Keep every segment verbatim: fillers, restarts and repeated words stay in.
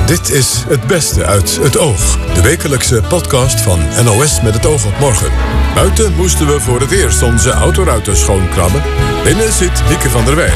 Dit is Het Beste uit Het Oog. De wekelijkse podcast van N O S met het oog op morgen. Buiten moesten we voor het eerst onze autoruiten schoonkrabben. Binnen zit Lieke van der Wij.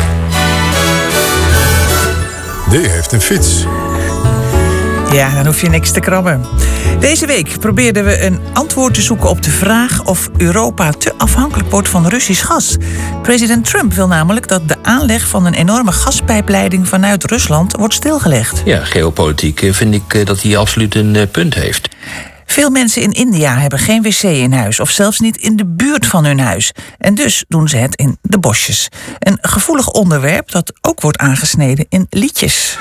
Die heeft een fiets. Ja, dan hoef je niks te krabben. Deze week probeerden we een antwoord te zoeken op de vraag of Europa te afhankelijk wordt van Russisch gas. President Trump wil namelijk dat de aanleg van een enorme gaspijpleiding vanuit Rusland wordt stilgelegd. Ja, geopolitiek vind ik dat hij absoluut een punt heeft. Veel mensen in India hebben geen wc in huis of zelfs niet in de buurt van hun huis. En dus doen ze het in de bosjes. Een gevoelig onderwerp dat ook wordt aangesneden in liedjes.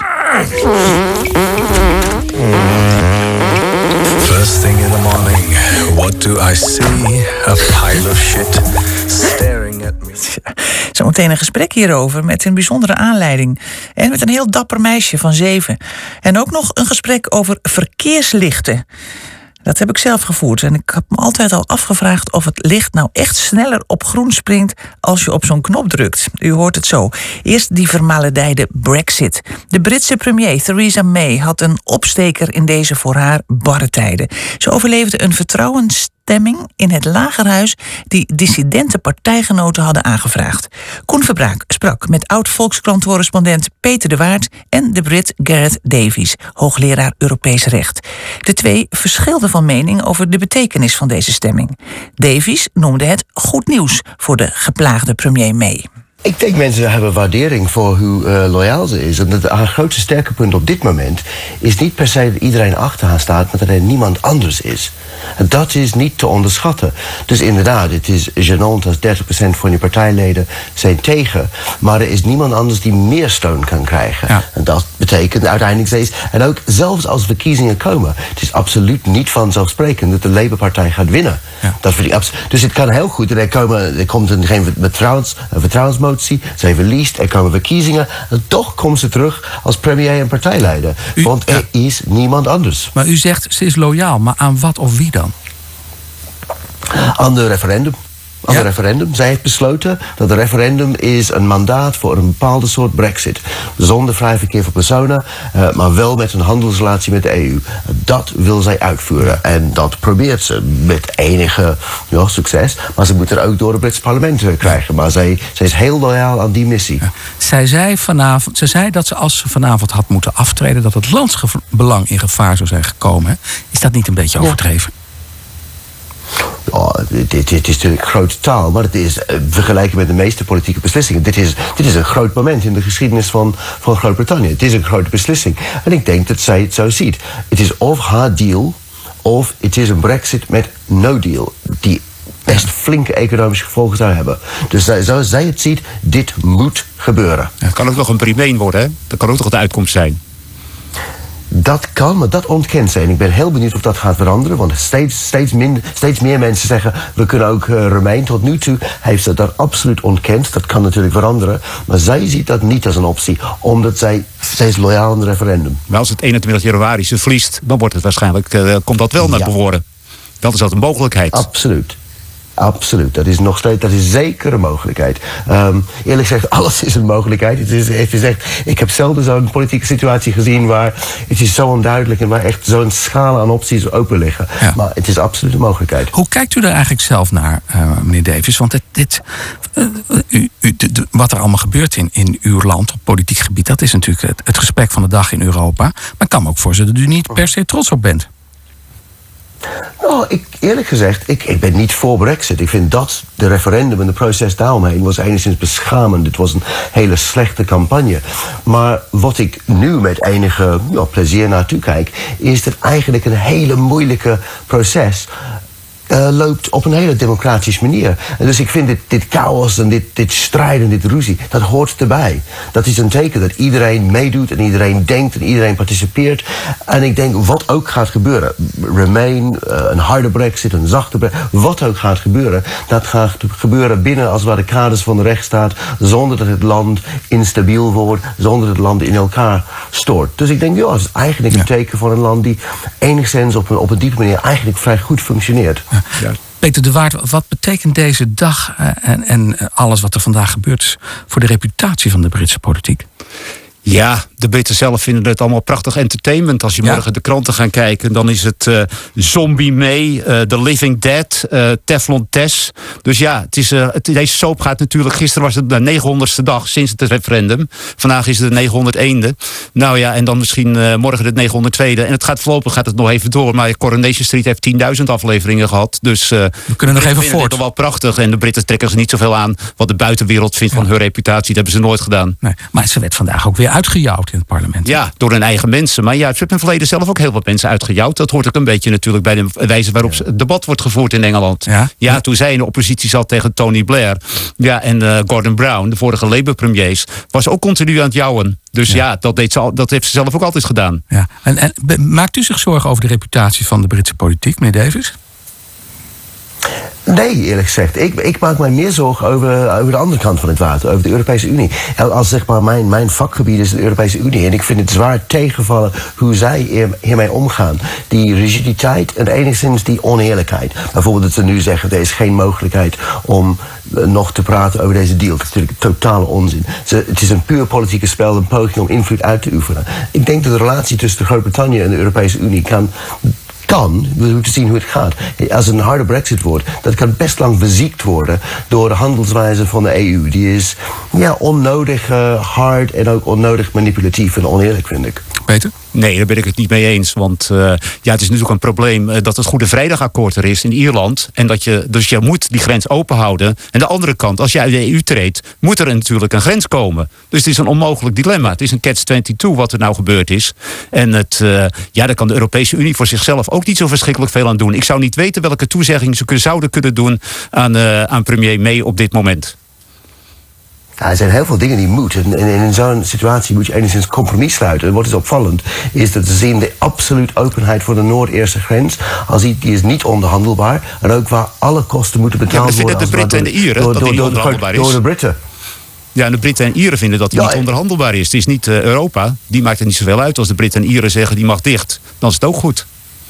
First thing in the morning, what do I see? A pile of shit staring at me. Zometeen een gesprek hierover met een bijzondere aanleiding. En met een heel dapper meisje van zeven. En ook nog een gesprek over verkeerslichten. Dat heb ik zelf gevoerd en ik heb me altijd al afgevraagd of het licht nou echt sneller op groen springt als je op zo'n knop drukt. U hoort het zo. Eerst die vermaledijde Brexit. De Britse premier Theresa May had een opsteker in deze voor haar barre tijden. Ze overleefde een vertrouwensstemming in het Lagerhuis die dissidente partijgenoten hadden aangevraagd. Koen Verbraak sprak met oud-Volkskrant-correspondent Peter de Waard en de Brit Gareth Davies, hoogleraar Europees recht. De twee verschilden van mening over de betekenis van deze stemming. Davies noemde het goed nieuws voor de geplaagde premier May. Ik denk mensen hebben waardering voor hoe uh, loyaal ze is. En dat haar grootste sterke punt op dit moment is niet per se dat iedereen achter haar staat, maar dat er niemand anders is. En dat is niet te onderschatten. Dus inderdaad, het is gênant als dertig procent van je partijleden zijn tegen. Maar er is niemand anders die meer steun kan krijgen. Ja. En dat betekent uiteindelijk steeds. En ook zelfs als verkiezingen komen. Het is absoluut niet vanzelfsprekend dat de Labour-partij gaat winnen. Ja. Dat vind ik abs- dus het kan heel goed. Er, komen, er komt een, geen vertrouwens, een vertrouwensmotie. Zij verliest, er komen verkiezingen. En toch komt ze terug als premier en partijleider. U, Want er ja. is niemand anders. Maar u zegt ze is loyaal. Maar aan wat of wie dan? Aan de referendum. Aan ja? de referendum. Zij heeft besloten dat het referendum is een mandaat voor een bepaalde soort Brexit. Zonder vrij verkeer voor personen, uh, maar wel met een handelsrelatie met de E U. Dat wil zij uitvoeren. Ja. En dat probeert ze met enige ja, succes. Maar ze moet er ook door het Britse parlement uh, krijgen. Maar zij, zij is heel loyaal aan die missie. Ja. Zij zei vanavond, ze zei dat ze als ze vanavond had moeten aftreden, dat het landsbelang in gevaar zou zijn gekomen. Hè? Is dat niet een beetje overdreven? Ja. Ja, dit, dit is natuurlijk grote taal, maar het is uh, vergeleken met de meeste politieke beslissingen. Dit is, dit is een groot moment in de geschiedenis van, van Groot-Brittannië. Het is een grote beslissing. En ik denk dat zij het zo ziet. Het is of haar deal, of het is een Brexit met no deal. Die best flinke economische gevolgen zou hebben. Dus zoals zij het ziet, dit moet gebeuren. Het kan ook nog een primeen worden, hè? Dat kan ook nog de uitkomst zijn. Dat kan, maar dat ontkent ze. En ik ben heel benieuwd of dat gaat veranderen. Want steeds, steeds, minder, steeds meer mensen zeggen, we kunnen ook uh, Remain. Tot nu toe heeft ze dat absoluut ontkend. Dat kan natuurlijk veranderen. Maar zij ziet dat niet als een optie. Omdat zij steeds loyaal aan het referendum. Maar als het eenentwintig januari ze verliest, dan wordt het waarschijnlijk, uh, komt dat wel naar ja. behoren. Dat is dat een mogelijkheid. Absoluut. Absoluut, dat is nog steeds, dat is zeker een mogelijkheid. Um, eerlijk gezegd, alles is een mogelijkheid. Het is, het is echt, ik heb zelden zo'n politieke situatie gezien waar het is zo onduidelijk en waar echt zo'n schaal aan opties open liggen. Ja. Maar het is absoluut een mogelijkheid. Hoe kijkt u er eigenlijk zelf naar, uh, meneer Davies? Want dit, dit, uh, u, u, de, de, wat er allemaal gebeurt in, in uw land op politiek gebied, dat is natuurlijk het, het gesprek van de dag in Europa. Maar ik kan me ook voorstellen dat u niet per se trots op bent. Nou, ik, eerlijk gezegd, ik, ik ben niet voor Brexit. Ik vind dat de referendum en de proces daaromheen was enigszins beschamend. Het was een hele slechte campagne. Maar wat ik nu met enige ja, plezier naartoe kijk, is dat eigenlijk een hele moeilijke proces Uh, loopt op een hele democratische manier. En dus ik vind dit, dit chaos en dit, dit strijd en dit ruzie, dat hoort erbij. Dat is een teken dat iedereen meedoet en iedereen denkt en iedereen participeert. En ik denk, wat ook gaat gebeuren, Remain, uh, een harde Brexit, een zachte Brexit, wat ook gaat gebeuren, dat gaat gebeuren binnen als waar de kaders van de rechtsstaat, zonder dat het land instabiel wordt, zonder dat het land in elkaar stoort. Dus ik denk, ja, het is eigenlijk een teken van een land die enigszins op een, op een diepe manier eigenlijk vrij goed functioneert. Ja. Ja. Peter de Waard, wat betekent deze dag uh, en, en alles wat er vandaag gebeurt voor de reputatie van de Britse politiek? Ja, de Britten zelf vinden het allemaal prachtig entertainment. Als je Ja. morgen de kranten gaat kijken, dan is het uh, Zombie May, uh, The Living Dead, uh, Teflon Tess. Dus ja, het is, uh, het, deze soap gaat natuurlijk... Gisteren was het de negenhonderdste dag sinds het referendum. Vandaag is het de negenhonderdéénde. Nou ja, en dan misschien uh, morgen de negenhonderdtweede. En het gaat voorlopig gaat het nog even door. Maar Coronation Street heeft tienduizend afleveringen gehad. Dus uh, We kunnen nog even voort. Het wel prachtig. En de Britten trekken zich niet zoveel aan wat de buitenwereld vindt van hun reputatie. Dat hebben ze nooit gedaan. Nee, maar ze werd vandaag ook weer uitgejouwd in het parlement. Ja, door hun eigen mensen. Maar ja, ze hebben in het verleden zelf ook heel wat mensen uitgejouwd. Dat hoort ook een beetje natuurlijk bij de wijze waarop het debat wordt gevoerd in Engeland. Ja? Ja, toen zij in de oppositie zat tegen Tony Blair. Ja, en uh, Gordon Brown, de vorige Labour-premiers, was ook continu aan het jouwen. Dus ja, ja dat, deed ze al, dat heeft ze zelf ook altijd gedaan. Ja. En, en maakt u zich zorgen over de reputatie van de Britse politiek, meneer Davis? Nee, eerlijk gezegd. Ik, ik maak mij meer zorgen over, over de andere kant van het water, over de Europese Unie. En als zeg maar mijn, mijn vakgebied is de Europese Unie. En ik vind het zwaar tegenvallen hoe zij hier, hiermee omgaan. Die rigiditeit en enigszins die oneerlijkheid. Bijvoorbeeld dat ze nu zeggen, er is geen mogelijkheid om nog te praten over deze deal. Dat is natuurlijk totale onzin. Ze, het is een puur politieke spel, een poging om invloed uit te oefenen. Ik denk dat de relatie tussen Groot-Brittannië en de Europese Unie kan... kan, we moeten zien hoe het gaat. Als het een harde brexit wordt, dat kan best lang beziekt worden door de handelswijze van de E U. Die is ja, onnodig uh, hard en ook onnodig manipulatief en oneerlijk, vind ik. Peter? Nee, daar ben ik het niet mee eens. Want uh, ja, het is natuurlijk een probleem uh, dat het Goede Vrijdagakkoord er is in Ierland. En dat je, dus je moet die grens open houden. En de andere kant, als je uit de E U treedt, moet er natuurlijk een grens komen. Dus het is een onmogelijk dilemma. Het is een catch twenty-two wat er nou gebeurd is. En het, uh, ja, daar kan de Europese Unie voor zichzelf ook niet zo verschrikkelijk veel aan doen. Ik zou niet weten welke toezeggingen ze zouden kunnen doen aan, uh, aan premier May op dit moment. Ja, er zijn heel veel dingen die moeten. En in zo'n situatie moet je enigszins compromis sluiten. En wat is opvallend, is dat ze zien de absolute openheid voor de Noord-Ierse grens. Als die, die is niet onderhandelbaar. En ook waar alle kosten moeten betaald ja, worden. De Britten en de Ieren door, dat die door, niet onderhandelbaar door, is. door de Britten. Ja, en de Britten en Ieren vinden dat die Ja, niet onderhandelbaar is. Het is niet uh, Europa. Die maakt er niet zoveel uit als de Britten en Ieren zeggen die mag dicht. Dan is het ook goed.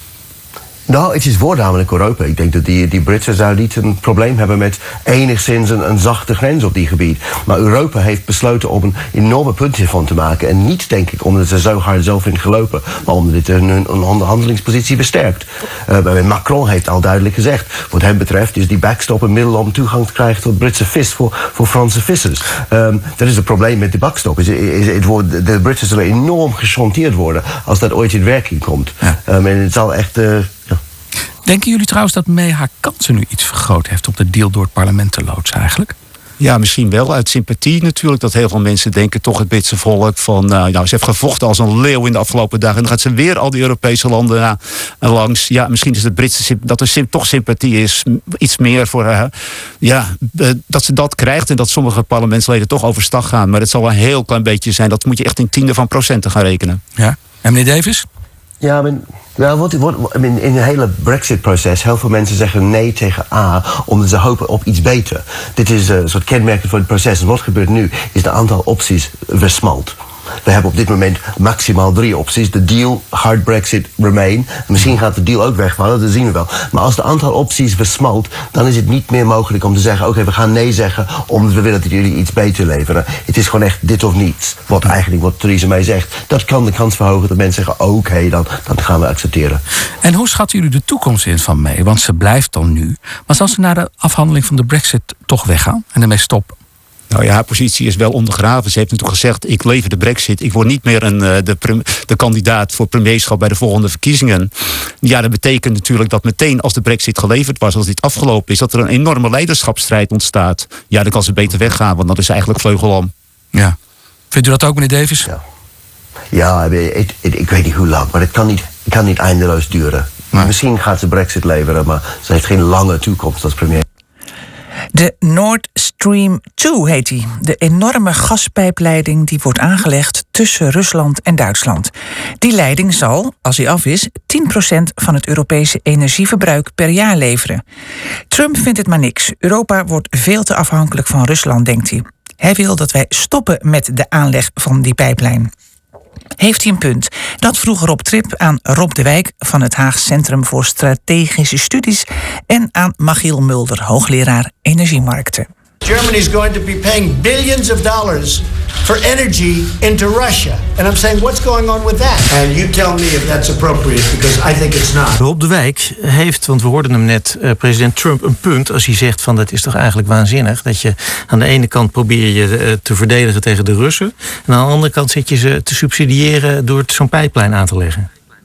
Nou, het is voornamelijk Europa. Ik denk dat die, die Britten zouden niet een probleem hebben met enigszins een, een zachte grens op die gebied. Maar Europa heeft besloten om een enorme puntje van te maken. En niet, denk ik, omdat ze zo hard zelf in gelopen, maar omdat dit hun, hun onderhandelingspositie versterkt. Uh, Macron heeft al duidelijk gezegd, wat hem betreft is die backstop een middel om toegang te krijgen tot Britse vis voor, voor Franse vissers. Um, dat is het probleem met de backstop. Is, is, is, het wordt, de Britten zullen enorm gechanteerd worden als dat ooit in werking komt. Ja. Um, en het zal echt... Uh, ja. Denken jullie trouwens dat May haar kansen nu iets vergroot heeft om de deal door het parlement te loodsen eigenlijk? Ja, misschien wel uit sympathie natuurlijk. Dat heel veel mensen denken, toch het Britse volk van... Nou, nou, ze heeft gevochten als een leeuw in de afgelopen dagen. En dan gaat ze weer al die Europese landen nou, langs. Ja, misschien is het Britse dat er toch sympathie is. Iets meer voor haar. Ja, dat ze dat krijgt en dat sommige parlementsleden toch overstag gaan. Maar het zal een heel klein beetje zijn. Dat moet je echt in tiende van procenten gaan rekenen. Ja. En meneer Davis? Ja, I mean, well, wat, wat, I mean, in het hele Brexit-proces, heel veel mensen zeggen nee tegen A, omdat ze hopen op iets beter. Dit is uh, een soort kenmerkend voor het proces. En wat gebeurt nu, is de aantal opties versmalt. We hebben op dit moment maximaal drie opties. De deal, hard Brexit, remain. Misschien gaat de deal ook wegvallen, dat zien we wel. Maar als de aantal opties versmalt, dan is het niet meer mogelijk om te zeggen, oké, okay, we gaan nee zeggen, omdat we willen dat jullie iets beter leveren. Het is gewoon echt dit of niets. Wat eigenlijk wat Theresa May zegt. Dat kan de kans verhogen dat mensen zeggen, oké, okay, dan, dan gaan we accepteren. En hoe schatten jullie de toekomst in van May? Want ze blijft dan nu. Maar als ze na de afhandeling van de Brexit toch weggaan en ermee stoppen? Nou ja, haar positie is wel ondergraven. Ze heeft natuurlijk gezegd, ik lever de Brexit. Ik word niet meer een, de, de kandidaat voor premierschap bij de volgende verkiezingen. Ja, dat betekent natuurlijk dat meteen als de Brexit geleverd was, als dit afgelopen is, dat er een enorme leiderschapsstrijd ontstaat. Ja, dan kan ze beter weggaan, want dat is eigenlijk vleugelam. Ja. Vindt u dat ook, meneer Davis? Ja, ja ik, ik, ik weet niet hoe lang, maar het kan niet, het kan niet eindeloos duren. Nee. Misschien gaat ze Brexit leveren, maar ze heeft geen lange toekomst als premier. De Nord Stream twee heet die. De enorme gaspijpleiding die wordt aangelegd tussen Rusland en Duitsland. Die leiding zal, als hij af is, tien procent van het Europese energieverbruik per jaar leveren. Trump vindt het maar niks. Europa wordt veel te afhankelijk van Rusland, denkt hij. Hij wil dat wij stoppen met de aanleg van die pijplijn. Heeft hij een punt? Dat vroeg Rob Trip aan Rob de Wijk van het Haags Centrum voor Strategische Studies en aan Machiel Mulder, hoogleraar energiemarkten. Germany's going to be paying billions of dollars for energy into Russia. And I'm saying, what's going on with that? And you tell me if that's appropriate, because I think it's not. Rob de Wijk heeft, want we hoorden hem net, uh, president Trump een punt als hij zegt van dat is toch eigenlijk waanzinnig. Dat je aan de ene kant probeer je uh, te verdedigen tegen de Russen. En aan de andere kant zit je ze te subsidiëren door zo'n pijplijn aan te leggen.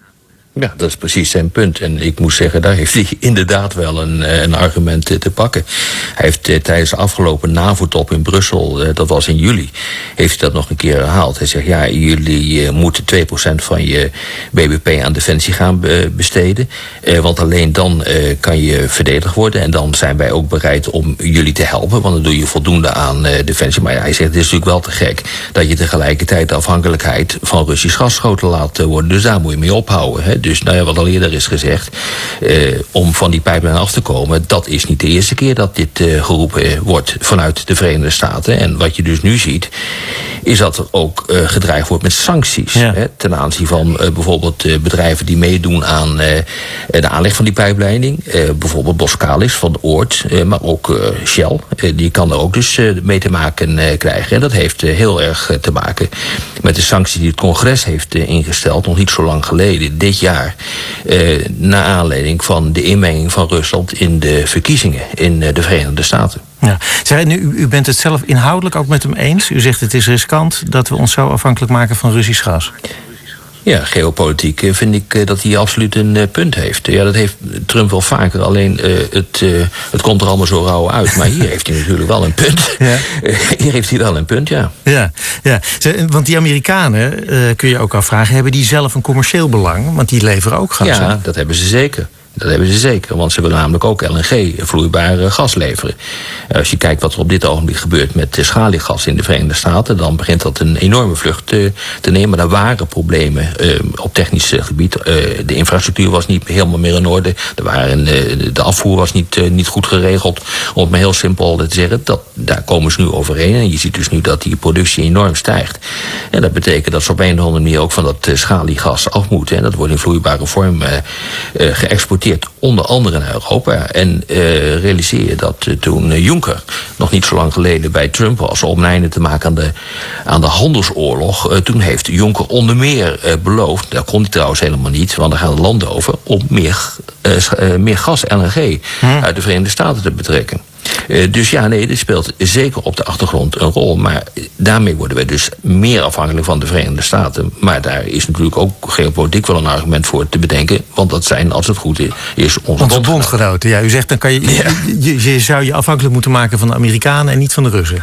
Ja, dat is precies zijn punt. En ik moet zeggen, daar heeft hij inderdaad wel een, een argument te pakken. Hij heeft eh, tijdens de afgelopen NAVO-top in Brussel, eh, dat was in juli, heeft hij dat nog een keer herhaald. Hij zegt, ja, jullie eh, moeten twee procent van je B B P aan defensie gaan be- besteden. Eh, want alleen dan eh, kan je verdedigd worden. En dan zijn wij ook bereid om jullie te helpen. Want dan doe je voldoende aan eh, defensie. Maar ja, hij zegt, het is natuurlijk wel te gek dat je tegelijkertijd de afhankelijkheid van Russisch gasschoten laat uh, worden. Dus daar moet je mee ophouden, hè. Dus nou ja, wat al eerder is gezegd, eh, om van die pijplijn af te komen, dat is niet de eerste keer dat dit eh, geroepen wordt vanuit de Verenigde Staten. En wat je dus nu ziet, is dat er ook eh, gedreigd wordt met sancties. Ja. Hè, ten aanzien van eh, bijvoorbeeld eh, bedrijven die meedoen aan eh, de aanleg van die pijpleiding. Eh, bijvoorbeeld Boskalis van de Oort, eh, maar ook eh, Shell. Eh, die kan er ook dus eh, mee te maken eh, krijgen. En dat heeft eh, heel erg eh, te maken met de sancties die het congres heeft uh, ingesteld, nog niet zo lang geleden, dit jaar, uh, naar aanleiding van de inmenging van Rusland in de verkiezingen in uh, de Verenigde Staten. Ja. Zeg, nu, u, u bent het zelf inhoudelijk ook met hem eens. U zegt het is riskant dat we ons zo afhankelijk maken van Russisch gas. Ja, geopolitiek vind ik dat hij absoluut een punt heeft. Ja, dat heeft Trump wel vaker, alleen uh, het, uh, het komt er allemaal zo rauw uit. Maar hier heeft hij natuurlijk wel een punt. Ja. Uh, hier heeft hij wel een punt, ja. Ja, ja. Want die Amerikanen, uh, kun je ook afvragen, hebben die zelf een commercieel belang? Want die leveren ook gas. Ja, dat hebben ze zeker. Dat hebben ze zeker, want ze willen namelijk ook L N G, vloeibaar gas leveren. Als je kijkt wat er op dit ogenblik gebeurt met schaliegas in de Verenigde Staten, dan begint dat een enorme vlucht te, te nemen. Er waren problemen uh, op technisch gebied. Uh, de infrastructuur was niet helemaal meer in orde. Er waren, uh, de afvoer was niet, uh, niet goed geregeld. Om het maar heel simpel te zeggen, dat, daar komen ze nu overheen. En je ziet dus nu dat die productie enorm stijgt. En dat betekent dat ze op een of andere manier ook van dat uh, schaliegas af moeten. En dat wordt in vloeibare vorm uh, uh, geëxporteerd. Onder andere naar Europa. En uh, realiseer je dat uh, toen uh, Juncker nog niet zo lang geleden bij Trump was om een einde te maken aan de, aan de handelsoorlog. Uh, toen heeft Juncker onder meer uh, beloofd, dat kon hij trouwens helemaal niet, want daar gaan de landen over, om meer, uh, uh, meer gas L N G hmm. uit de Verenigde Staten te betrekken. Uh, dus ja, nee, dit speelt zeker op de achtergrond een rol. Maar daarmee worden we dus meer afhankelijk van de Verenigde Staten. Maar daar is natuurlijk ook geopolitiek wel een argument voor te bedenken. Want dat zijn, als het goed is, onze bondgenoten. bondgenoten. Ja, u zegt dan kan je, ja. je, je, je zou je afhankelijk moeten maken van de Amerikanen en niet van de Russen.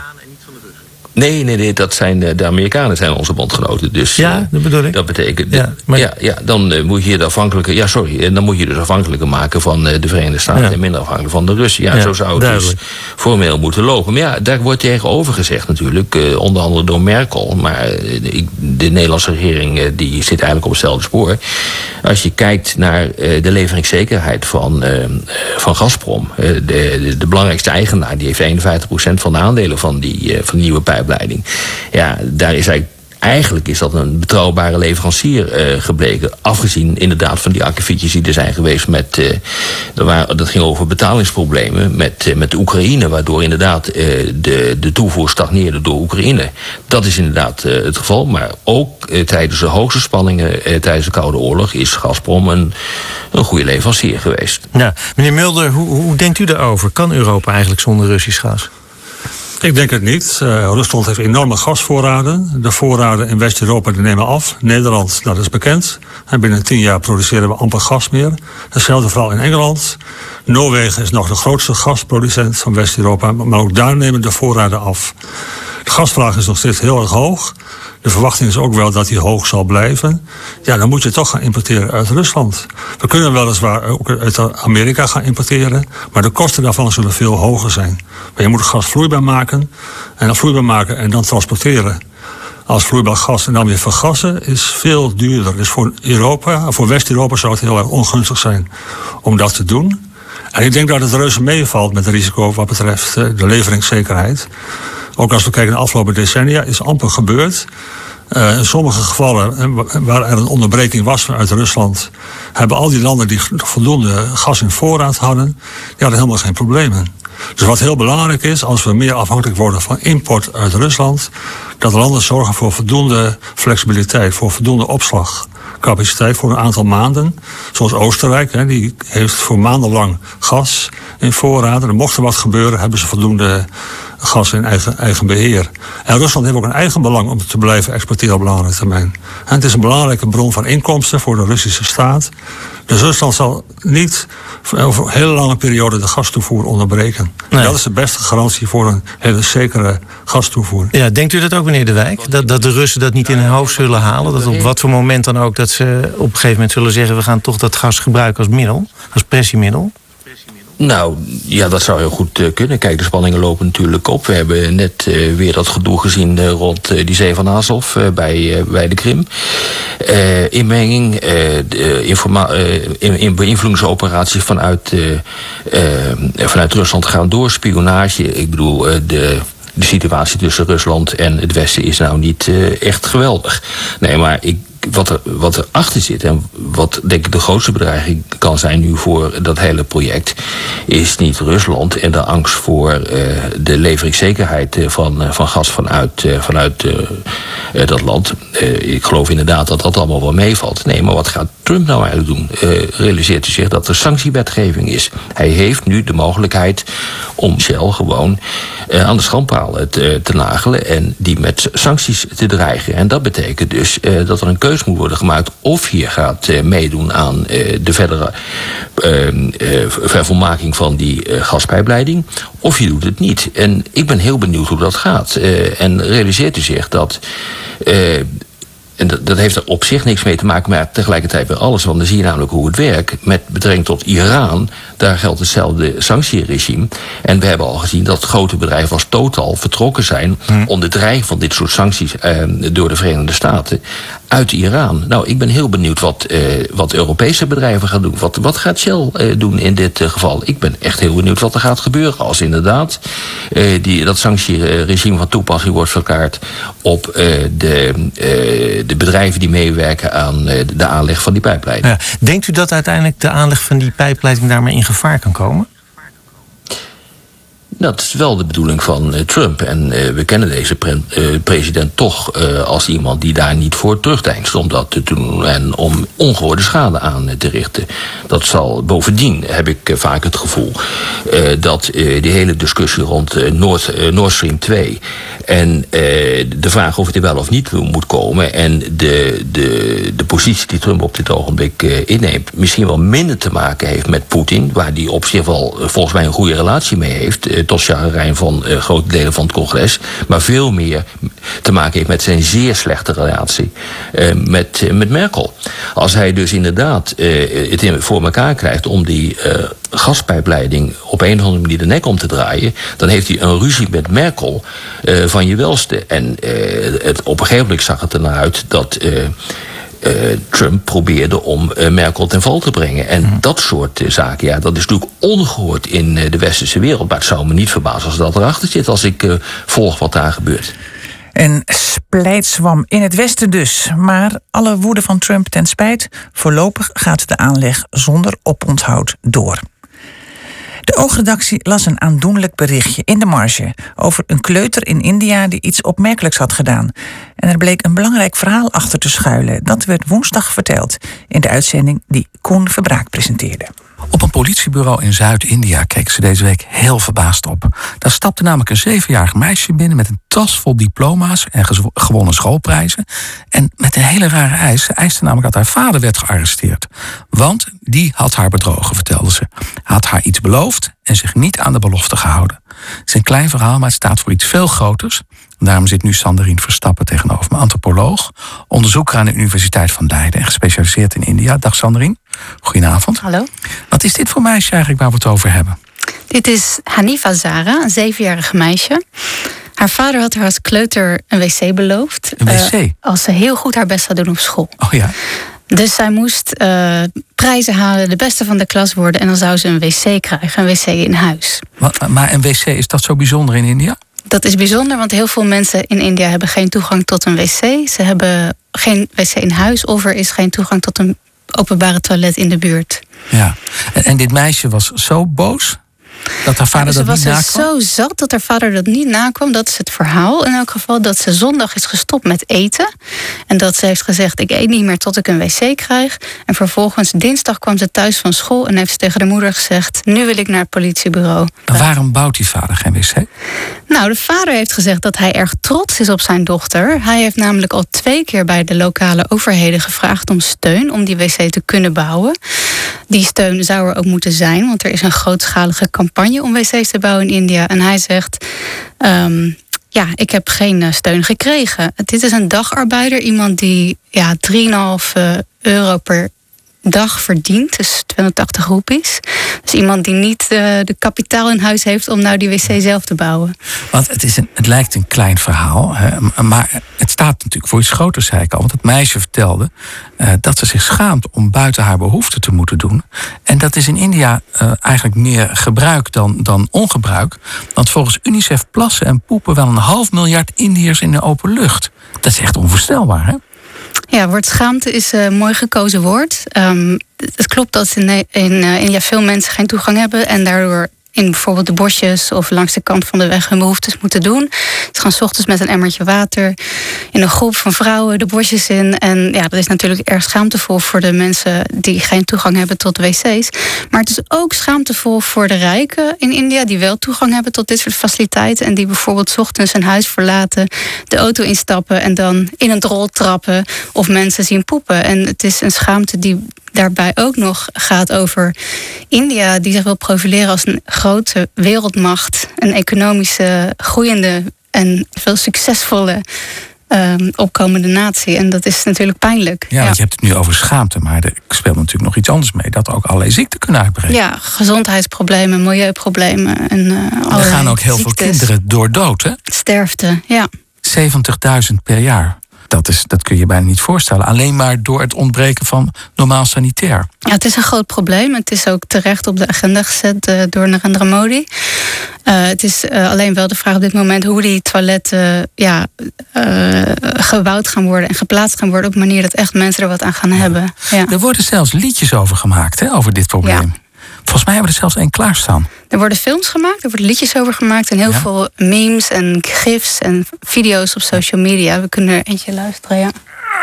Nee, nee, nee, dat zijn de Amerikanen zijn onze bondgenoten. Dus, ja, dat bedoel ik. Dat betekent, ja, maar... ja, ja, dan uh, moet je de afhankelijke, ja, sorry, dan moet je dus afhankelijker maken van uh, de Verenigde Staten ja. en minder afhankelijk van de Russen. Ja, ja zo zou het duidelijk. Dus formeel moeten lopen. Maar ja, daar wordt tegenover gezegd natuurlijk, uh, onder andere door Merkel, maar uh, de Nederlandse regering uh, die zit eigenlijk op hetzelfde spoor. Als je kijkt naar uh, de leveringszekerheid van, uh, van Gazprom, uh, de, de, de belangrijkste eigenaar, die heeft eenenvijftig procent van de aandelen van die, uh, van die nieuwe pijp. Ja, daar is eigenlijk, eigenlijk is dat een betrouwbare leverancier uh, gebleken. Afgezien inderdaad van die akkefietjes die er zijn geweest met... Uh, er waren, dat ging over betalingsproblemen met, uh, met de Oekraïne, waardoor inderdaad uh, de, de toevoer stagneerde door Oekraïne. Dat is inderdaad uh, het geval. Maar ook uh, tijdens de hoogste spanningen, uh, tijdens de Koude Oorlog, is Gazprom een, een goede leverancier geweest. Ja, meneer Mulder, hoe, hoe denkt u daarover? Kan Europa eigenlijk zonder Russisch gas? Ik denk het niet. Uh, Rusland heeft enorme gasvoorraden. De voorraden in West-Europa nemen af. Nederland, dat is bekend. En binnen tien jaar produceren we amper gas meer. Hetzelfde vooral in Engeland. Noorwegen is nog de grootste gasproducent van West-Europa. Maar ook daar nemen de voorraden af. De gasvraag is nog steeds heel erg hoog. De verwachting is ook wel dat die hoog zal blijven. Ja, dan moet je toch gaan importeren uit Rusland. We kunnen weliswaar ook uit Amerika gaan importeren, maar de kosten daarvan zullen veel hoger zijn. Maar je moet het gas vloeibaar maken, en dan vloeibaar maken en dan transporteren. Als vloeibaar gas en dan weer vergassen is veel duurder. Dus voor Europa, voor West-Europa zou het heel erg ongunstig zijn om dat te doen. En ik denk dat het reuze meevalt met het risico wat betreft de leveringszekerheid. Ook als we kijken naar de afgelopen decennia, is amper gebeurd. Uh, in sommige gevallen waar er een onderbreking was vanuit Rusland, hebben al die landen die voldoende gas in voorraad hadden, die hadden helemaal geen problemen. Dus wat heel belangrijk is, als we meer afhankelijk worden van import uit Rusland, dat landen zorgen voor voldoende flexibiliteit, voor voldoende opslagcapaciteit voor een aantal maanden. Zoals Oostenrijk, hè, die heeft voor maandenlang gas in voorraden. En mocht er wat gebeuren, hebben ze voldoende gas in eigen, eigen beheer. En Rusland heeft ook een eigen belang om te blijven exporteren op langere termijn. En het is een belangrijke bron van inkomsten voor de Russische staat. Dus Rusland zal niet over een hele lange periode de gastoevoer onderbreken. Nee. Dat is de beste garantie voor een hele zekere gastoevoer. Ja, denkt u dat ook, meneer De Wijk? Dat, dat de Russen dat niet in hun hoofd zullen halen? Dat op wat voor moment dan ook dat ze op een gegeven moment zullen zeggen, we gaan toch dat gas gebruiken als middel, als pressiemiddel? Nou, ja, dat zou heel goed uh, kunnen. Kijk, de spanningen lopen natuurlijk op. We hebben net uh, weer dat gedoe gezien uh, rond uh, die zee van Azov uh, bij, uh, bij de Krim. Uh, inmenging, uh, de informa- uh, in, in beïnvloedingsoperaties vanuit, uh, uh, vanuit Rusland gaan door. Spionage, ik bedoel, uh, de... De situatie tussen Rusland en het Westen is nou niet uh, echt geweldig. Nee, maar ik, wat, er, wat erachter zit en wat denk ik de grootste bedreiging kan zijn nu voor dat hele project, is niet Rusland en de angst voor uh, de leveringszekerheid van, uh, van gas vanuit, uh, vanuit uh, uh, dat land. Uh, ik geloof inderdaad dat dat allemaal wel meevalt. Nee, maar wat gaat Trump nou eigenlijk doen? Uh, realiseert hij zich dat er sanctiewetgeving is? Hij heeft nu de mogelijkheid om Shell gewoon uh, aan de schandpaal te, te nagelen en die met sancties te dreigen. En dat betekent dus uh, dat er een keus moet worden gemaakt of je gaat uh, meedoen aan uh, de verdere uh, uh, vervolmaking van die uh, gaspijpleiding, of je doet het niet. En ik ben heel benieuwd hoe dat gaat. Uh, en realiseert u zich dat Uh, En dat, dat heeft er op zich niks mee te maken, maar tegelijkertijd weer alles. Want dan zie je namelijk hoe het werkt. Met betrekking tot Iran, daar geldt hetzelfde sanctieregime. En we hebben al gezien dat grote bedrijven als Total vertrokken zijn hmm. onder dreiging van dit soort sancties eh, door de Verenigde Staten uit Iran. Nou, ik ben heel benieuwd wat, eh, wat Europese bedrijven gaan doen. Wat, wat gaat Shell eh, doen in dit uh, geval? Ik ben echt heel benieuwd wat er gaat gebeuren als inderdaad eh, die, dat sanctieregime van toepassing wordt verklaard op uh, de, uh, de bedrijven die meewerken aan uh, de aanleg van die pijpleiding. Ja. Denkt u dat uiteindelijk de aanleg van die pijpleiding daarmee in gevaar kan komen? Dat is wel de bedoeling van uh, Trump. En uh, we kennen deze pre- uh, president toch uh, als iemand die daar niet voor terugdeinst om dat te doen en om ongehoorde schade aan uh, te richten. Dat zal bovendien, heb ik uh, vaak het gevoel, uh, dat uh, die hele discussie rond uh, Nord, uh, Nord Stream twee en uh, de vraag of het er wel of niet moet komen en de, de, de positie die Trump op dit ogenblik uh, inneemt, misschien wel minder te maken heeft met Poetin, waar die op zich wel uh, volgens mij een goede relatie mee heeft, uh, tot chagrijn van uh, grote delen van het congres, maar veel meer te maken heeft met zijn zeer slechte relatie uh, met, uh, met Merkel. Als hij dus inderdaad uh, het in, voor elkaar krijgt om die uh, gaspijpleiding op een of andere manier de nek om te draaien, dan heeft hij een ruzie met Merkel uh, van je welste. En uh, het, op een gegeven moment zag het ernaar uit dat Uh, Uh, Trump probeerde om uh, Merkel ten val te brengen. En mm. dat soort uh, zaken, ja, dat is natuurlijk ongehoord in uh, de westerse wereld. Maar het zou me niet verbazen als dat erachter zit, als ik uh, volg wat daar gebeurt. Een splijtswam in het westen dus. Maar alle woede van Trump ten spijt, voorlopig gaat de aanleg zonder oponthoud door. De oogredactie las een aandoenlijk berichtje in de marge over een kleuter in India die iets opmerkelijks had gedaan. En er bleek een belangrijk verhaal achter te schuilen. Dat werd woensdag verteld in de uitzending die Koen Verbraak presenteerde. Op een politiebureau in Zuid-India keken ze deze week heel verbaasd op. Daar stapte namelijk een zevenjarig meisje binnen met een tas vol diploma's en gezo- gewonnen schoolprijzen. En met een hele rare eis. Ze eiste namelijk dat haar vader werd gearresteerd. Want die had haar bedrogen, vertelde ze. Hij had haar iets beloofd en zich niet aan de belofte gehouden. Het is een klein verhaal, maar het staat voor iets veel groters. Daarom zit nu Sanderien Verstappen tegenover me, antropoloog, onderzoeker aan de Universiteit van Leiden en gespecialiseerd in India. Dag Sanderien, goedenavond. Hallo. Wat is dit voor meisje eigenlijk waar we het over hebben? Dit is Hanifa Zara, een zevenjarig meisje. Haar vader had haar als kleuter een wc beloofd. Een wc? Uh, als ze heel goed haar best zou doen op school. Oh ja. Dus zij moest uh, prijzen halen, de beste van de klas worden en dan zou ze een wc krijgen, een wc in huis. Wat, maar een wc, is dat zo bijzonder in India? Dat is bijzonder, want heel veel mensen in India hebben geen toegang tot een wc. Ze hebben geen wc in huis of er is geen toegang tot een openbare toilet in de buurt. Ja, en, en dit meisje was zo boos? Dat haar vader ja, dat niet nakwam? Ze was dus zo zat dat haar vader dat niet nakwam. Dat is het verhaal in elk geval. Dat ze zondag is gestopt met eten. En dat ze heeft gezegd, ik eet niet meer tot ik een wc krijg. En vervolgens dinsdag kwam ze thuis van school en heeft ze tegen de moeder gezegd, nu wil ik naar het politiebureau. Maar waarom bouwt die vader geen wc? Nou, de vader heeft gezegd dat hij erg trots is op zijn dochter. Hij heeft namelijk al twee keer bij de lokale overheden gevraagd om steun om die wc te kunnen bouwen. Die steun zou er ook moeten zijn, want er is een grootschalige campagne om wc's te bouwen in India. En hij zegt, um, ja, ik heb geen uh, steun gekregen. Dit is een dagarbeider, iemand die ja, drie komma vijf euro per dag verdient, dus tweehonderdtachtig roepies. Dus iemand die niet uh, de kapitaal in huis heeft om nou die wc zelf te bouwen. Want het, is een, het lijkt een klein verhaal, hè, maar het staat natuurlijk voor iets groters, zei ik al. Want het meisje vertelde uh, dat ze zich schaamt om buiten haar behoeften te moeten doen. En dat is in India uh, eigenlijk meer gebruik dan, dan ongebruik. Want volgens UNICEF plassen en poepen wel een half miljard Indiërs in de open lucht. Dat is echt onvoorstelbaar, hè? Ja, het woord schaamte is een mooi gekozen woord. Um, het klopt dat in, in uh, India veel mensen geen toegang hebben en daardoor in bijvoorbeeld de bosjes of langs de kant van de weg hun behoeftes moeten doen. Ze gaan 's ochtends met een emmertje water in een groep van vrouwen de bosjes in. En ja, dat is natuurlijk erg schaamtevol voor de mensen die geen toegang hebben tot wc's. Maar het is ook schaamtevol voor de rijken in India die wel toegang hebben tot dit soort faciliteiten. En die bijvoorbeeld 's ochtends hun huis verlaten, de auto instappen en dan in een drol trappen of mensen zien poepen. En het is een schaamte die daarbij ook nog gaat over India, die zich wil profileren als een grote wereldmacht, een economische, groeiende en veel succesvolle um, opkomende natie. En dat is natuurlijk pijnlijk. Ja, ja, want je hebt het nu over schaamte, maar er speelt natuurlijk nog iets anders mee, dat ook allerlei ziekten kunnen uitbreken. Ja, gezondheidsproblemen, milieuproblemen en uh, allerlei Er gaan ook heel ziektes. veel kinderen door dood, hè? Sterfte, ja. zeventigduizend per jaar. Dat, is, dat kun je bijna niet voorstellen. Alleen maar door het ontbreken van normaal sanitair. Ja, het is een groot probleem. Het is ook terecht op de agenda gezet uh, door Narendra Modi. Uh, het is uh, alleen wel de vraag op dit moment hoe die toiletten ja, uh, gebouwd gaan worden en geplaatst gaan worden op een manier dat echt mensen er wat aan gaan ja. hebben. Ja. Er worden zelfs liedjes over gemaakt, hè, over dit probleem. Ja. Volgens mij hebben we er zelfs één klaarstaan. Er worden films gemaakt, er worden liedjes over gemaakt en heel ja. veel memes en gifs en video's op social media. We kunnen er eentje luisteren, ja.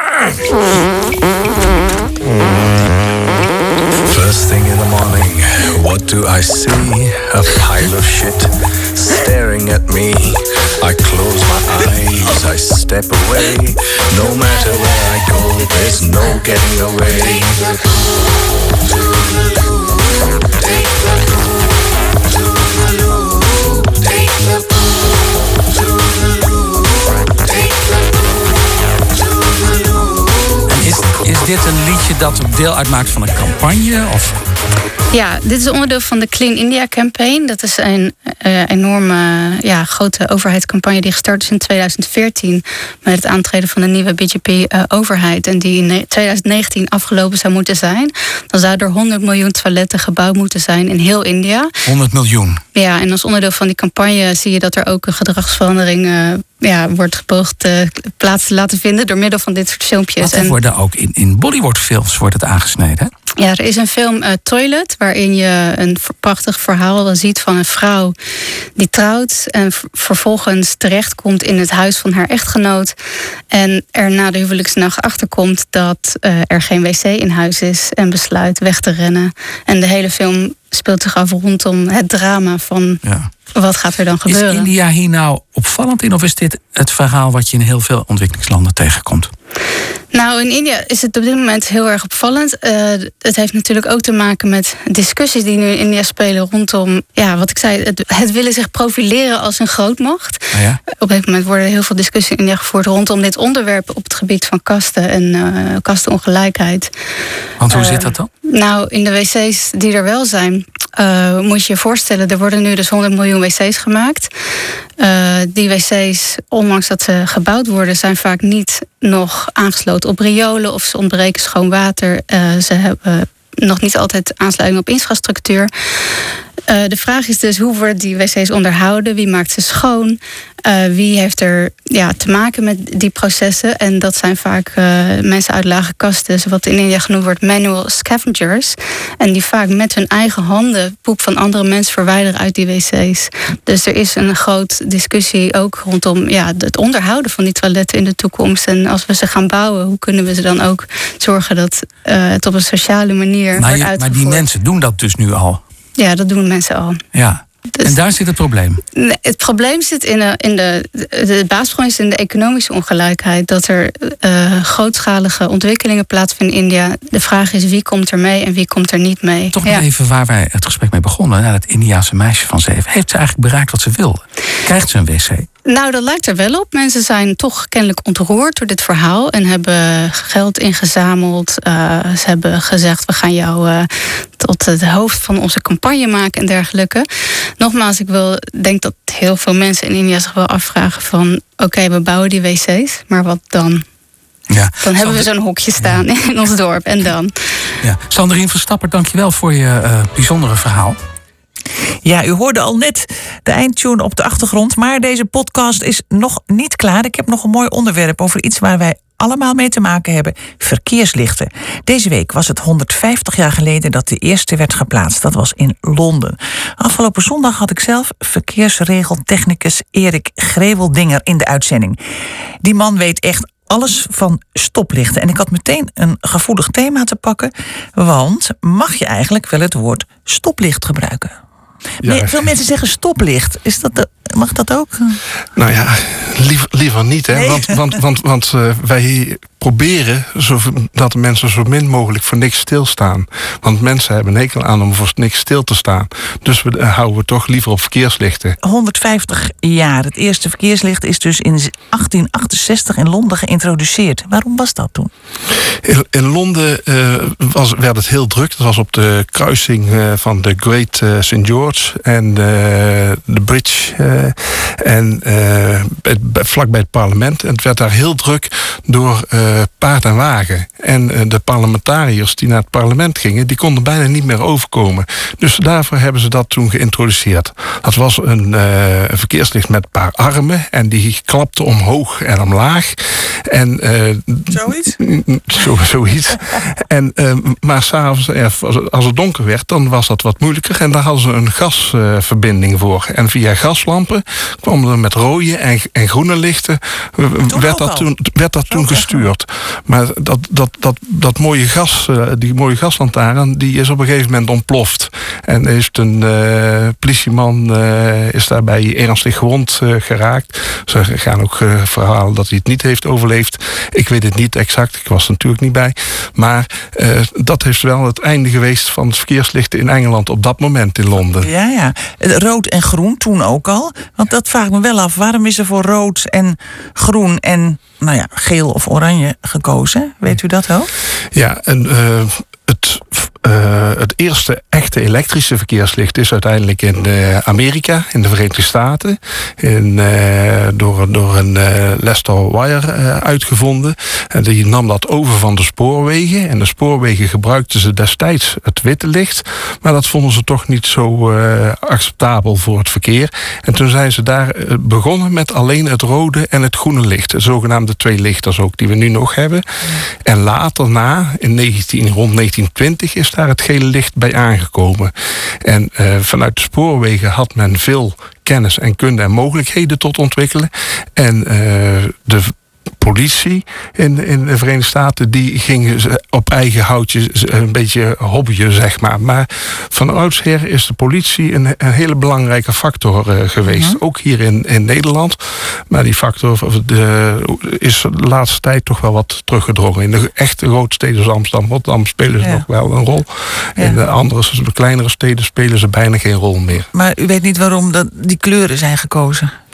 First thing in the morning, what do I see? A pile of shit staring at me. I close my eyes, I step away. No matter where I go, there's no getting away. Is, is dit een liedje dat deel uitmaakt van een campagne? Of? Ja, dit is onderdeel van de Clean India Campaign. Dat is een uh, enorme ja, grote overheidscampagne die gestart is in tweeduizend veertien... met het aantreden van de nieuwe B J P-overheid... Uh, en die in tweeduizend negentien afgelopen zou moeten zijn. Dan zouden er honderd miljoen toiletten gebouwd moeten zijn in heel India. honderd miljoen? Ja, en als onderdeel van die campagne zie je dat er ook een gedragsverandering uh, ja, wordt gepoogd uh, plaats te laten vinden door middel van dit soort filmpjes. Want er worden ook in, in Bollywood-films wordt het aangesneden, hè? Ja, er is een film uh, Toilet, waarin je een prachtig verhaal ziet van een vrouw die trouwt en v- vervolgens terechtkomt in het huis van haar echtgenoot en er na de huwelijksnacht achterkomt dat uh, er geen wc in huis is en besluit weg te rennen. En de hele film speelt zich af rondom het drama van ja. wat gaat er dan gebeuren. Is India hier nou opvallend in of is dit het verhaal wat je in heel veel ontwikkelingslanden tegenkomt? Nou, in India is het op dit moment heel erg opvallend. Uh, het heeft natuurlijk ook te maken met discussies die nu in India spelen rondom, ja, wat ik zei, het, het willen zich profileren als een grootmacht. Ah ja? Op dit moment worden heel veel discussies in India gevoerd rondom dit onderwerp op het gebied van kasten en uh, kastenongelijkheid. Want hoe uh, zit dat dan? Nou, in de wc's die er wel zijn, uh, moet je je voorstellen, er worden nu dus honderd miljoen wc's gemaakt. Uh, die wc's, ondanks dat ze gebouwd worden, zijn vaak niet nog aangesloten op riolen of ze ontbreken schoon water. Uh, ze hebben nog niet altijd aansluiting op infrastructuur. Uh, de vraag is dus, hoe worden die wc's onderhouden? Wie maakt ze schoon? Uh, wie heeft er ja, te maken met die processen? En dat zijn vaak uh, mensen uit lage kasten, wat in India genoemd wordt manual scavengers. En die vaak met hun eigen handen poep van andere mensen verwijderen uit die wc's. Dus er is een grote discussie ook rondom ja, het onderhouden van die toiletten in de toekomst. En als we ze gaan bouwen, hoe kunnen we ze dan ook zorgen dat uh, het op een sociale manier maar wordt je, uitgevoerd? Maar die mensen doen dat dus nu al. Ja, dat doen mensen al. Ja. Dus, en daar zit het probleem? Nee, het probleem zit in de, in de, de basisprobleem is in de economische ongelijkheid. Dat er uh, grootschalige ontwikkelingen plaatsvinden in India. De vraag is, wie komt er mee en wie komt er niet mee? Toch ja. nog even waar wij het gesprek mee begonnen. Nou, dat Indiaanse meisje van zeven. Heeft ze eigenlijk bereikt wat ze wilde? Krijgt ze een wc? Nou, dat lijkt er wel op. Mensen zijn toch kennelijk ontroerd door dit verhaal en hebben geld ingezameld. Uh, ze hebben gezegd, we gaan jou uh, tot het hoofd van onze campagne maken en dergelijke. Nogmaals, ik wil, denk dat heel veel mensen in India zich wel afvragen van, oké, okay, we bouwen die wc's, maar wat dan? Ja. Dan hebben we zo'n hokje staan ja. in ons dorp en dan? Ja. Sandrine Verstapper, dankjewel voor je uh, bijzondere verhaal. Ja, u hoorde al net de eindtune op de achtergrond, maar deze podcast is nog niet klaar. Ik heb nog een mooi onderwerp over iets waar wij allemaal mee te maken hebben: verkeerslichten. Deze week was het honderdvijftig jaar geleden dat de eerste werd geplaatst. Dat was in Londen. Afgelopen zondag had ik zelf verkeersregeltechnicus Erik Greveldinger in de uitzending. Die man weet echt alles van stoplichten. En ik had meteen een gevoelig thema te pakken, want mag je eigenlijk wel het woord stoplicht gebruiken? Ja. Nee, veel mensen zeggen stoplicht. Is dat de, mag dat ook? Nou ja, liever, liever niet. Hè? Nee. Want, want, want, want uh, wij proberen zo, dat de mensen zo min mogelijk voor niks stilstaan. Want mensen hebben een hekel aan om voor niks stil te staan. Dus we uh, houden we toch liever op verkeerslichten. honderdvijftig jaar. Het eerste verkeerslicht is dus in achttien achtenzestig in Londen geïntroduceerd. Waarom was dat toen? In, in Londen uh, was, werd het heel druk. Dat was op de kruising uh, van de Great uh, Saint George en uh, de Bridge. Uh, en uh, het, vlakbij het parlement. En het werd daar heel druk door uh, paard en wagen. En uh, de parlementariërs die naar het parlement gingen, die konden bijna niet meer overkomen. Dus daarvoor hebben ze dat toen geïntroduceerd. Dat was een, uh, een verkeerslicht met een paar armen. En die klapte omhoog en omlaag. En, uh, zoiets? Zo, zoiets. en, uh, maar s'avonds, als het donker werd, dan was dat wat moeilijker. En daar hadden ze een gasverbinding uh, voor. En via gaslampen kwamen er met rode en, en groene lichten toen werd dat, toen, werd dat toen gestuurd. Maar dat, dat, dat, dat mooie gas, uh, die mooie gaslantaarn, die is op een gegeven moment ontploft. En heeft een uh, politieman uh, is daarbij ernstig gewond uh, geraakt. Ze gaan ook uh, verhalen dat hij het niet heeft overleefd. Ik weet het niet exact, ik was er natuurlijk niet bij. Maar uh, dat heeft wel het einde geweest van het verkeerslichten in Engeland op dat moment in Londen. Ja, ja. Rood en groen toen ook al. Want dat vraag ik me wel af. Waarom is er voor rood en groen en nou ja, geel of oranje gekozen? Weet u dat ook? Ja, en uh, het, uh, het eerste echte elektrische verkeerslicht is uiteindelijk in uh, Amerika, in de Verenigde Staten. In, uh, door, door een uh, Lester Wire uh, uitgevonden. En die nam dat over van de spoorwegen. En de spoorwegen gebruikten ze destijds het witte licht. Maar dat vonden ze toch niet zo uh, acceptabel voor het verkeer. En toen zijn ze daar uh, begonnen met alleen het rode en het groene licht. De zogenaamde twee lichters ook, die we nu nog hebben. En later na, in negentien, rond negentien twintig, is daar het gele licht bij aangekomen. En uh, vanuit de spoorwegen had men veel kennis en kunde en mogelijkheden tot ontwikkelen. En uh, de politie in, in de Verenigde Staten, die gingen op eigen houtje een beetje hobbyen, zeg maar. Maar van oudsher is de politie een, een hele belangrijke factor uh, geweest. Ja. Ook hier in, in Nederland. Maar die factor de, is de laatste tijd toch wel wat teruggedrongen. In de echte grote steden zoals Amsterdam, Rotterdam spelen ze ja. nog wel een rol. Ja. In de andere, de kleinere steden spelen ze bijna geen rol meer. Maar u weet niet waarom dat die kleuren zijn gekozen?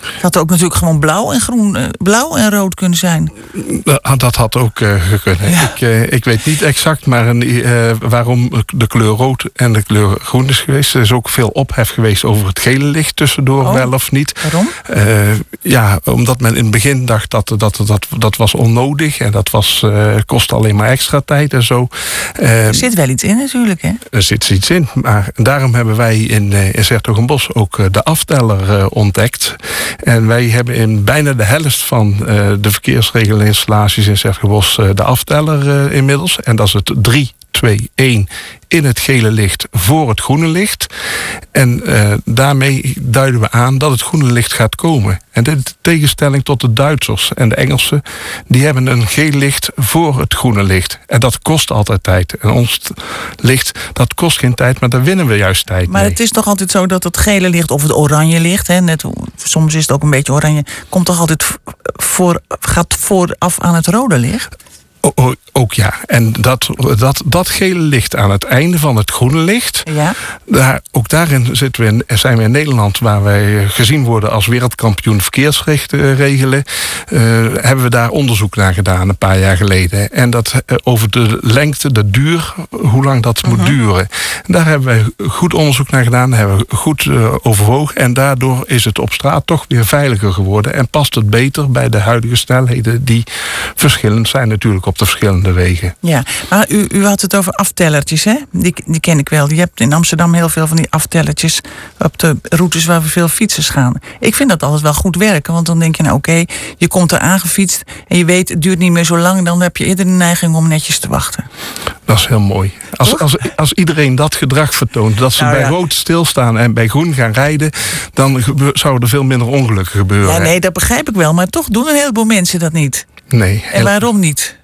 Het had ook natuurlijk gewoon blauw en groen, uh, blauw en rood kunnen zijn. Uh, dat had ook uh, gekund. Ja. Ik, uh, ik weet niet exact maar een, uh, waarom de kleur rood en de kleur groen is geweest. Er is ook veel ophef geweest over het gele licht tussendoor, oh, wel of niet. Waarom? Uh, ja, omdat men in het begin dacht dat dat, dat, dat was onnodig en dat was, uh, kost alleen maar extra tijd en zo. Uh, er zit wel iets in natuurlijk, hè? Er zit iets in, maar daarom hebben wij in, in 's-Hertogenbosch ook de afteller uh, ontdekt. En wij hebben in bijna de helft van uh, de verkeersregelinstallaties in 's-Hertogenbosch uh, de afteller uh, inmiddels. En dat is het drie twee een in het gele licht voor het groene licht. En uh, daarmee duiden we aan dat het groene licht gaat komen. En dit in tegenstelling tot de Duitsers en de Engelsen, die hebben een geel licht voor het groene licht. En dat kost altijd tijd. En ons licht, dat kost geen tijd, maar daar winnen we juist tijd Maar mee. het is toch altijd zo dat het gele licht of het oranje licht, hè, net, soms is het ook een beetje oranje, komt toch altijd voor, gaat vooraf aan het rode licht? O, ook ja. En dat, dat, dat gele licht aan het einde van het groene licht. Ja. Daar, ook daarin zitten we in, zijn we in Nederland, waar wij gezien worden als wereldkampioen verkeersregelen. Uh, hebben we daar onderzoek naar gedaan een paar jaar geleden. En dat uh, over de lengte, de duur, hoe lang dat uh-huh. moet duren. En daar hebben wij goed onderzoek naar gedaan. Daar hebben we goed uh, overwogen. En daardoor is het op straat toch weer veiliger geworden. En past het beter bij de huidige snelheden die verschillend zijn natuurlijk op de verschillende wegen. Ja, maar u, u had het over aftellertjes, hè? Die, die ken ik wel. Je hebt in Amsterdam heel veel van die aftellertjes op de routes waar we veel fietsers gaan. Ik vind dat altijd wel goed werken, want dan denk je, nou oké, okay, je komt er aangefietst en je weet, het duurt niet meer zo lang, dan heb je eerder de neiging om netjes te wachten. Dat is heel mooi. Als, als, als iedereen dat gedrag vertoont, dat ze nou, bij ja. rood stilstaan en bij groen gaan rijden, dan zouden er veel minder ongelukken gebeuren. Ja, nee, dat begrijp ik wel, maar toch doen een heleboel mensen dat niet. Nee. En waarom niet?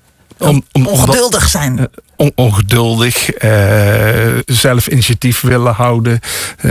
Om, om, ongeduldig zijn. Uh, on, ongeduldig, uh, zelf initiatief willen houden. Uh,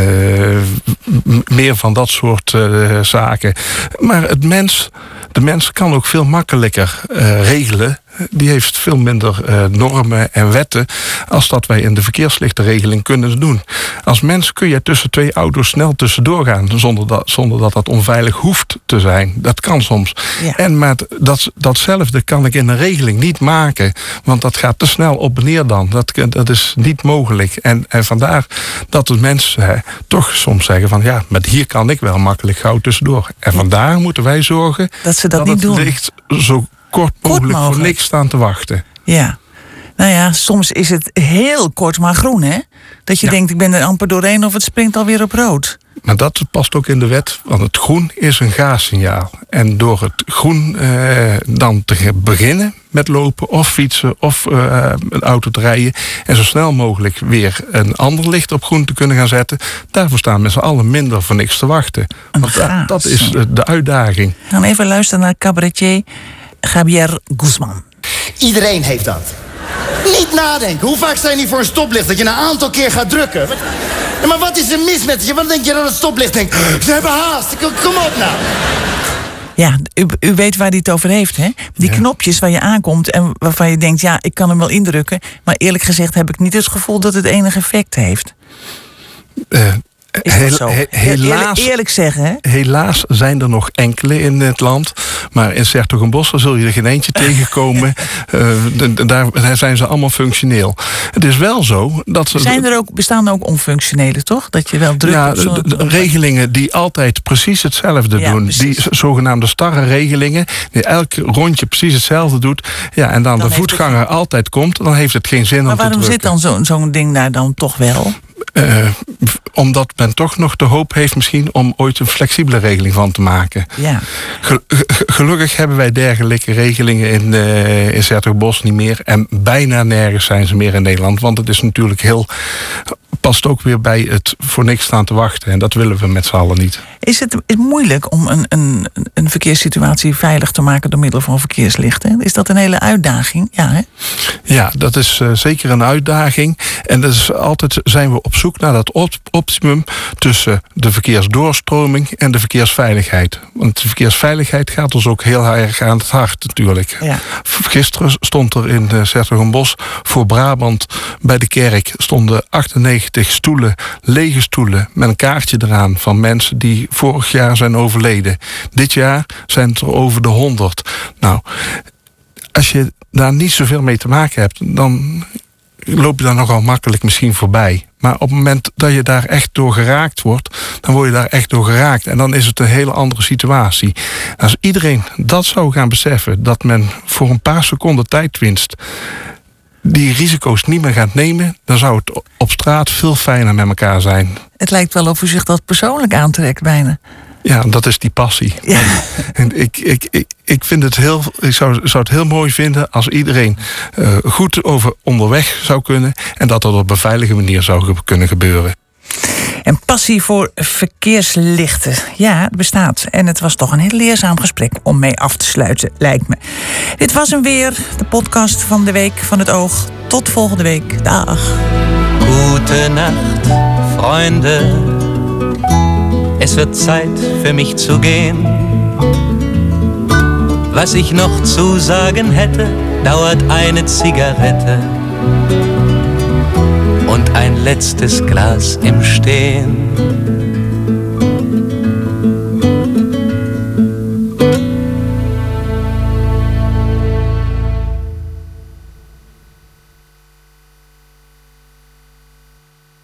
m- meer van dat soort uh, zaken. Maar het mens, de mens kan ook veel makkelijker uh, regelen. Die heeft veel minder uh, normen en wetten als dat wij in de verkeerslichtenregeling kunnen doen. Als mens kun je tussen twee auto's snel tussendoor gaan zonder dat zonder dat, dat onveilig hoeft te zijn. Dat kan soms. Ja. En maar dat, datzelfde kan ik in een regeling niet maken, want dat gaat te snel op en neer dan. Dat, dat is niet mogelijk. En, en vandaar dat de mensen hè, toch soms zeggen van ja, maar hier kan ik wel makkelijk gauw tussendoor. En vandaar moeten wij zorgen dat ze dat, dat niet het doen. licht zo kort mogelijk, kort mogelijk voor niks staan te wachten. Ja. Nou ja, soms is het heel kort maar groen, hè? Dat je ja. denkt, ik ben er amper doorheen of het springt alweer op rood. Maar dat past ook in de wet, want het groen is een gaassignaal. En door het groen eh, dan te beginnen met lopen of fietsen of uh, een auto te rijden en zo snel mogelijk weer een ander licht op groen te kunnen gaan zetten, daarvoor staan met z'n allen minder voor niks te wachten. Want dat, dat is de uitdaging. We gaan even luisteren naar cabaretier Javier Guzman. Iedereen heeft dat. Niet nadenken. Hoe vaak sta je niet voor een stoplicht dat je een aantal keer gaat drukken? Ja, maar wat is er mis met je? Wat denk je dat het stoplicht denkt? Ze hebben haast. Kom op nou. Ja, u, u weet waar hij het over heeft, hè? Die ja. knopjes waar je aankomt en waarvan je denkt, ja, ik kan hem wel indrukken. Maar eerlijk gezegd heb ik niet het gevoel dat het enig effect heeft. Uh. Heel, he, helaas, eerlijk, eerlijk zeggen, hè? Helaas zijn er nog enkele in het land. Maar in 's-Hertogenbosch zul je er geen eentje tegenkomen. Uh, daar, daar zijn ze allemaal functioneel. Het is wel zo dat ze. Zijn er ook, bestaan er ook onfunctionele, toch? Dat je wel drukt ja, op zo'n... de, de regelingen die altijd precies hetzelfde ja, doen. Precies. Die zogenaamde starre regelingen. Die elk rondje precies hetzelfde doet. Ja, en dan, dan de voetganger het... altijd komt. Dan heeft het geen zin maar om te drukken. Maar waarom zit dan zo, zo'n ding daar dan toch wel? Uh, omdat men toch nog de hoop heeft misschien om ooit een flexibele regeling van te maken. Ja. Ge- gelukkig hebben wij dergelijke regelingen in, uh, in 's-Hertogenbosch niet meer. En bijna nergens zijn ze meer in Nederland. Want het is natuurlijk heel... past ook weer bij het voor niks staan te wachten. En dat willen we met z'n allen niet. Is het is moeilijk om een, een, een verkeerssituatie veilig te maken door middel van verkeerslichten? Is dat een hele uitdaging? Ja, hè? Ja, dat is uh, zeker een uitdaging. En dat is altijd zijn we op zoek naar dat op- optimum tussen de verkeersdoorstroming en de verkeersveiligheid. Want de verkeersveiligheid gaat ons ook heel erg aan het hart natuurlijk. Ja. Gisteren stond er in uh, 's-Hertogenbosch voor Brabant bij de kerk stonden achtennegentig stoelen, lege stoelen met een kaartje eraan van mensen die vorig jaar zijn overleden. Dit jaar zijn het er over de honderd. Nou, als je daar niet zoveel mee te maken hebt, dan loop je daar nogal makkelijk misschien voorbij. Maar op het moment dat je daar echt door geraakt wordt, dan word je daar echt door geraakt. En dan is het een hele andere situatie. Als iedereen dat zou gaan beseffen, dat men voor een paar seconden tijdwinst die risico's niet meer gaat nemen, dan zou het op straat veel fijner met elkaar zijn. Het lijkt wel of u zich dat persoonlijk aantrekt bijna. Ja, dat is die passie. Ja. En ik, ik, ik, ik, vind het heel, ik zou, zou het heel mooi vinden als iedereen uh, goed over onderweg zou kunnen en dat dat op een veilige manier zou kunnen gebeuren. En passie voor verkeerslichten. Ja, het bestaat. En het was toch een heel leerzaam gesprek om mee af te sluiten, lijkt me. Dit was hem weer, de podcast van de Week van het Oog. Tot volgende week. Dag. Gute Nacht, Freunde. Es wird Zeit für mich zu gehen. Was ich noch zu sagen hätte, dauert eine Zigarette und ein letztes Glas im Stehen.